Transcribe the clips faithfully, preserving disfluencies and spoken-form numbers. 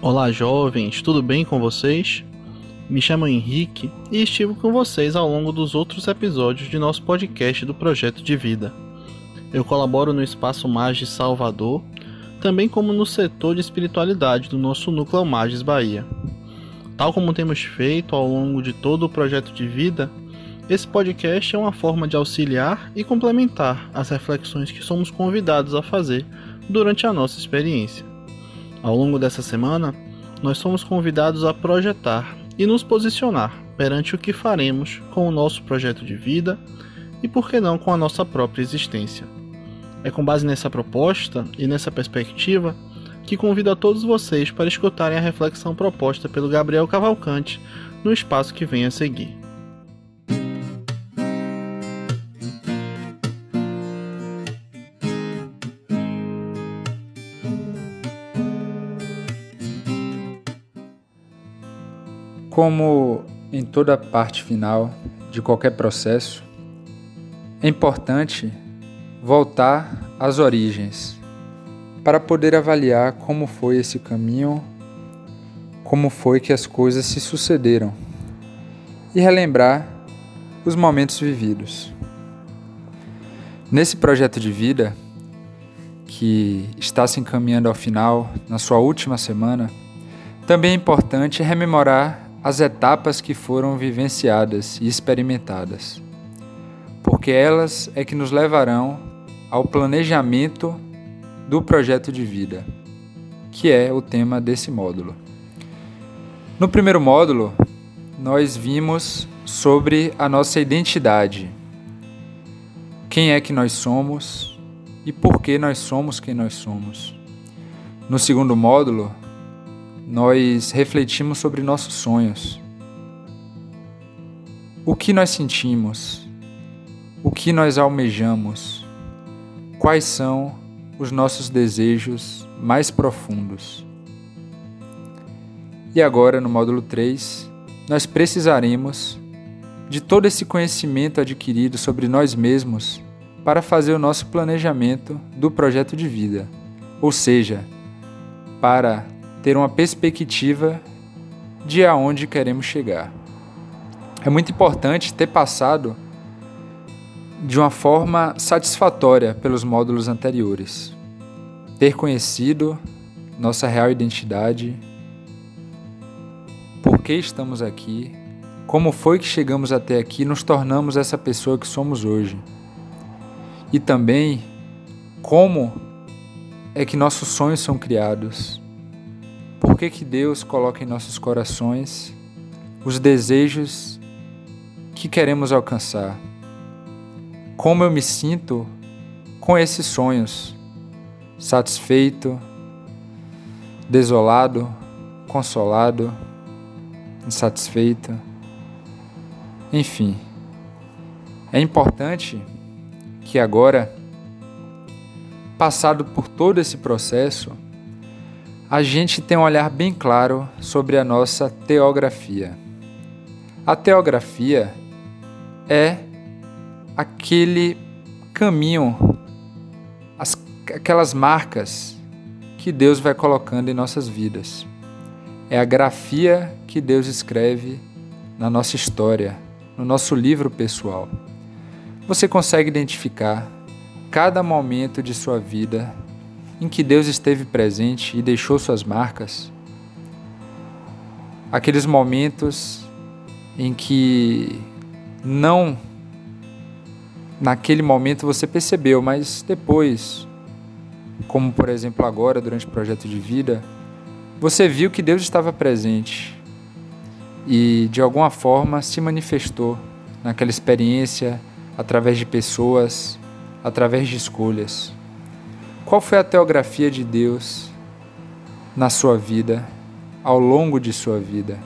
Olá, jovens, tudo bem com vocês? Me chamo Henrique e estive com vocês ao longo dos outros episódios de nosso podcast do Projeto de Vida. Eu colaboro no Espaço Magis Salvador, também como no setor de espiritualidade do nosso Núcleo Magis Bahia. Tal como temos feito ao longo de todo o Projeto de Vida, esse podcast é uma forma de auxiliar e complementar as reflexões que somos convidados a fazer durante a nossa experiência. Ao longo dessa semana, nós somos convidados a projetar e nos posicionar perante o que faremos com o nosso projeto de vida e, por que não, com a nossa própria existência. É com base nessa proposta e nessa perspectiva que convido a todos vocês para escutarem a reflexão proposta pelo Gabriel Cavalcante no espaço que vem a seguir. Como em toda parte final de qualquer processo, é importante voltar às origens para poder avaliar como foi esse caminho, como foi que as coisas se sucederam e relembrar os momentos vividos. Nesse projeto de vida, que está se encaminhando ao final, na sua última semana, também é importante rememorar as etapas que foram vivenciadas e experimentadas, porque elas é que nos levarão ao planejamento do projeto de vida, que é o tema desse módulo. No primeiro módulo, nós vimos sobre a nossa identidade, quem é que nós somos e por que nós somos quem nós somos. No segundo módulo, nós refletimos sobre nossos sonhos. O que nós sentimos? O que nós almejamos? Quais são os nossos desejos mais profundos? E agora, no módulo três, nós precisaremos de todo esse conhecimento adquirido sobre nós mesmos para fazer o nosso planejamento do projeto de vida, ou seja, para ter uma perspectiva de aonde queremos chegar. É muito importante ter passado de uma forma satisfatória pelos módulos anteriores, ter conhecido nossa real identidade, por que estamos aqui, como foi que chegamos até aqui e nos tornamos essa pessoa que somos hoje. E também como é que nossos sonhos são criados. Por que que Deus coloca em nossos corações os desejos que queremos alcançar? Como eu me sinto com esses sonhos? Satisfeito, desolado, consolado, insatisfeito? Enfim, é importante que agora, passado por todo esse processo, a gente tem um olhar bem claro sobre a nossa teografia. A teografia é aquele caminho, as, aquelas marcas que Deus vai colocando em nossas vidas. É a grafia que Deus escreve na nossa história, no nosso livro pessoal. Você consegue identificar cada momento de sua vida em que Deus esteve presente e deixou suas marcas, aqueles momentos em que não naquele momento você percebeu, mas depois, como por exemplo agora durante o projeto de vida, você viu que Deus estava presente e de alguma forma se manifestou naquela experiência através de pessoas, através de escolhas. Qual foi a teografia de Deus na sua vida, ao longo de sua vida?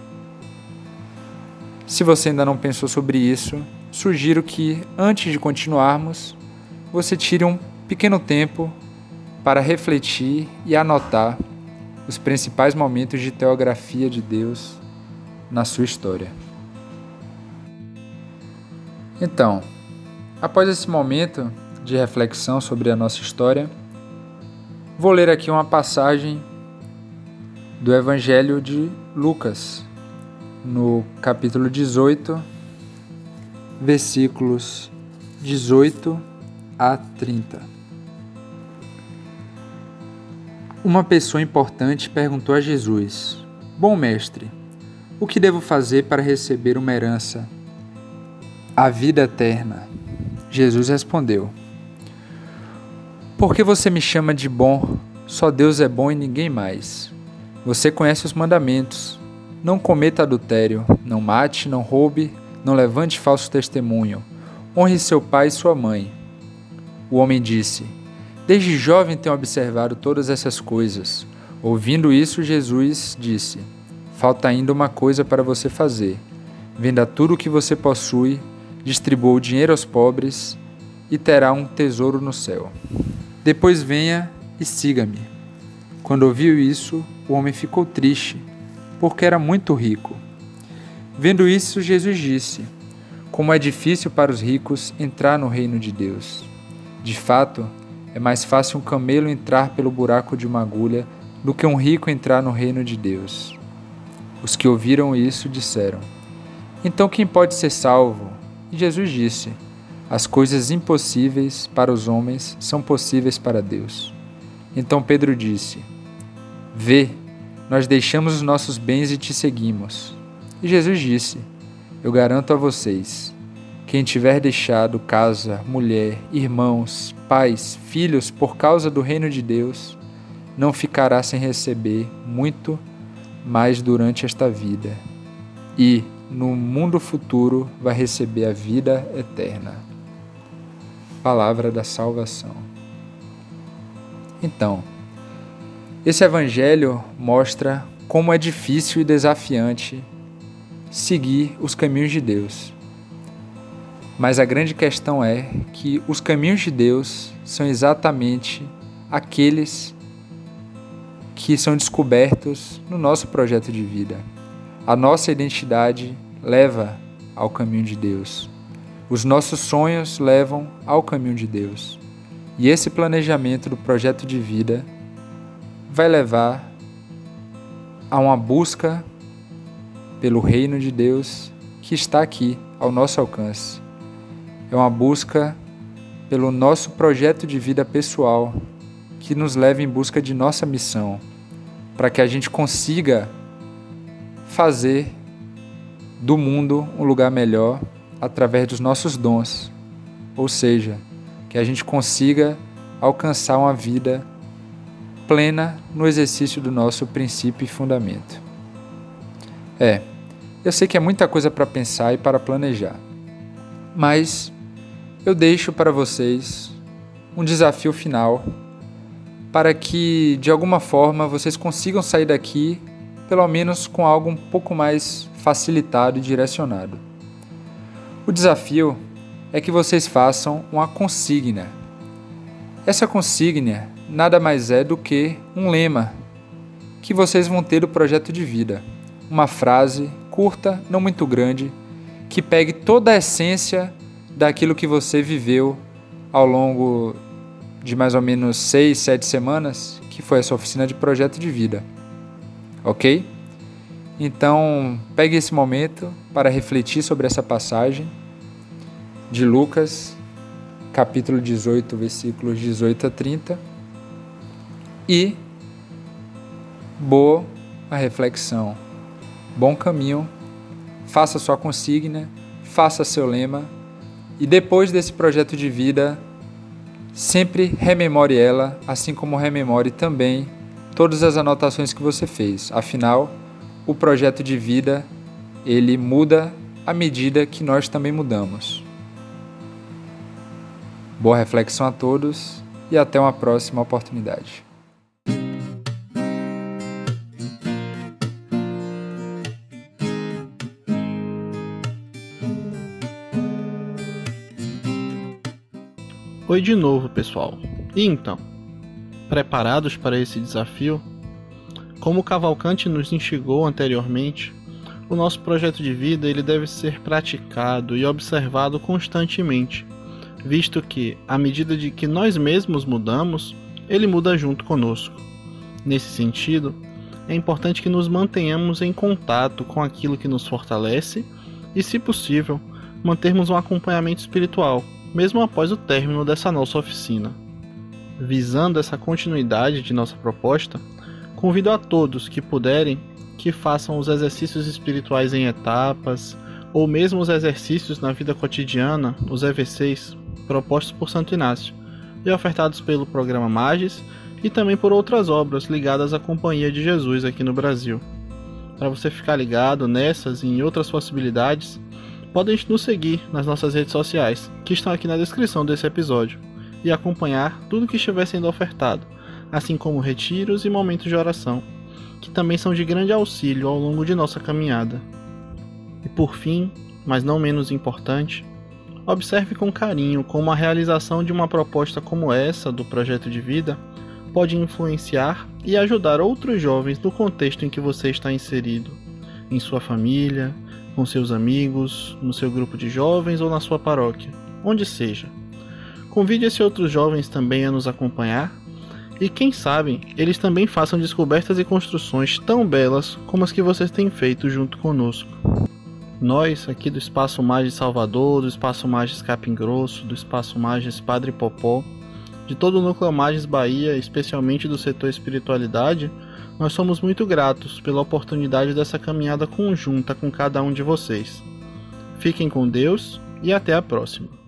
Se você ainda não pensou sobre isso, sugiro que, antes de continuarmos, você tire um pequeno tempo para refletir e anotar os principais momentos de teografia de Deus na sua história. Então, após esse momento de reflexão sobre a nossa história, vou ler aqui uma passagem do Evangelho de Lucas, no capítulo dezoito, versículos dezoito a trinta. Uma pessoa importante perguntou a Jesus: Bom mestre, o que devo fazer para receber uma herança, a vida eterna? Jesus respondeu: Por que você me chama de bom? Só Deus é bom e ninguém mais. Você conhece os mandamentos: não cometa adultério, não mate, não roube, não levante falso testemunho, honre seu pai e sua mãe. O homem disse: Desde jovem tenho observado todas essas coisas. Ouvindo isso, Jesus disse: Falta ainda uma coisa para você fazer. Venda tudo o que você possui, distribua o dinheiro aos pobres e terá um tesouro no céu. Depois venha e siga-me. Quando ouviu isso, o homem ficou triste, porque era muito rico. Vendo isso, Jesus disse: Como é difícil para os ricos entrar no reino de Deus. De fato, é mais fácil um camelo entrar pelo buraco de uma agulha do que um rico entrar no reino de Deus. Os que ouviram isso disseram: Então quem pode ser salvo? E Jesus disse: As coisas impossíveis para os homens são possíveis para Deus. Então Pedro disse: Vê, nós deixamos os nossos bens e te seguimos. E Jesus disse: Eu garanto a vocês, quem tiver deixado casa, mulher, irmãos, pais, filhos por causa do reino de Deus, não ficará sem receber muito mais durante esta vida, e no mundo futuro vai receber a vida eterna. Palavra da salvação. Então, esse evangelho mostra como é difícil e desafiante seguir os caminhos de Deus. Mas a grande questão é que os caminhos de Deus são exatamente aqueles que são descobertos no nosso projeto de vida. A nossa identidade leva ao caminho de Deus. Os nossos sonhos levam ao caminho de Deus. E esse planejamento do projeto de vida vai levar a uma busca pelo reino de Deus que está aqui ao nosso alcance. É uma busca pelo nosso projeto de vida pessoal que nos leva em busca de nossa missão, para que a gente consiga fazer do mundo um lugar melhor através dos nossos dons, ou seja, que a gente consiga alcançar uma vida plena no exercício do nosso princípio e fundamento. É, eu sei que é muita coisa para pensar e para planejar, mas eu deixo para vocês um desafio final para que, de alguma forma, vocês consigam sair daqui, pelo menos com algo um pouco mais facilitado e direcionado. O desafio é que vocês façam uma consigna. Essa consigna nada mais é do que um lema que vocês vão ter do projeto de vida. Uma frase curta, não muito grande, que pegue toda a essência daquilo que você viveu ao longo de mais ou menos seis, sete semanas, que foi essa oficina de projeto de vida. Ok? Então, pegue esse momento para refletir sobre essa passagem de Lucas, capítulo dezoito, versículos dezoito a trinta, e boa a reflexão, bom caminho, faça sua consigna, faça seu lema, e depois desse projeto de vida, sempre rememore ela, assim como rememore também todas as anotações que você fez. Afinal, o projeto de vida, ele muda à medida que nós também mudamos. Boa reflexão a todos e até uma próxima oportunidade. Oi de novo, pessoal. E então, preparados para esse desafio? Como o Cavalcante nos instigou anteriormente, o nosso projeto de vida ele deve ser praticado e observado constantemente, visto que, à medida de que nós mesmos mudamos, ele muda junto conosco. Nesse sentido, é importante que nos mantenhamos em contato com aquilo que nos fortalece e, se possível, mantermos um acompanhamento espiritual, mesmo após o término dessa nossa oficina. Visando essa continuidade de nossa proposta, convido a todos que puderem que façam os exercícios espirituais em etapas, ou mesmo os exercícios na vida cotidiana, os E V Cs, propostos por Santo Inácio, e ofertados pelo programa Magis e também por outras obras ligadas à Companhia de Jesus aqui no Brasil. Para você ficar ligado nessas e em outras possibilidades, podem nos seguir nas nossas redes sociais, que estão aqui na descrição desse episódio, e acompanhar tudo que estiver sendo ofertado, assim como retiros e momentos de oração, que também são de grande auxílio ao longo de nossa caminhada. E por fim, mas não menos importante, observe com carinho como a realização de uma proposta como essa do projeto de vida pode influenciar e ajudar outros jovens no contexto em que você está inserido, em sua família, com seus amigos, no seu grupo de jovens ou na sua paróquia, onde seja. Convide esses outros jovens também a nos acompanhar e, quem sabe, eles também façam descobertas e construções tão belas como as que vocês têm feito junto conosco. Nós, aqui do Espaço Magis Salvador, do Espaço Magis Capim Grosso, do Espaço Magis Padre Popó, de todo o Núcleo Magis Bahia, especialmente do setor espiritualidade, nós somos muito gratos pela oportunidade dessa caminhada conjunta com cada um de vocês. Fiquem com Deus e até a próxima.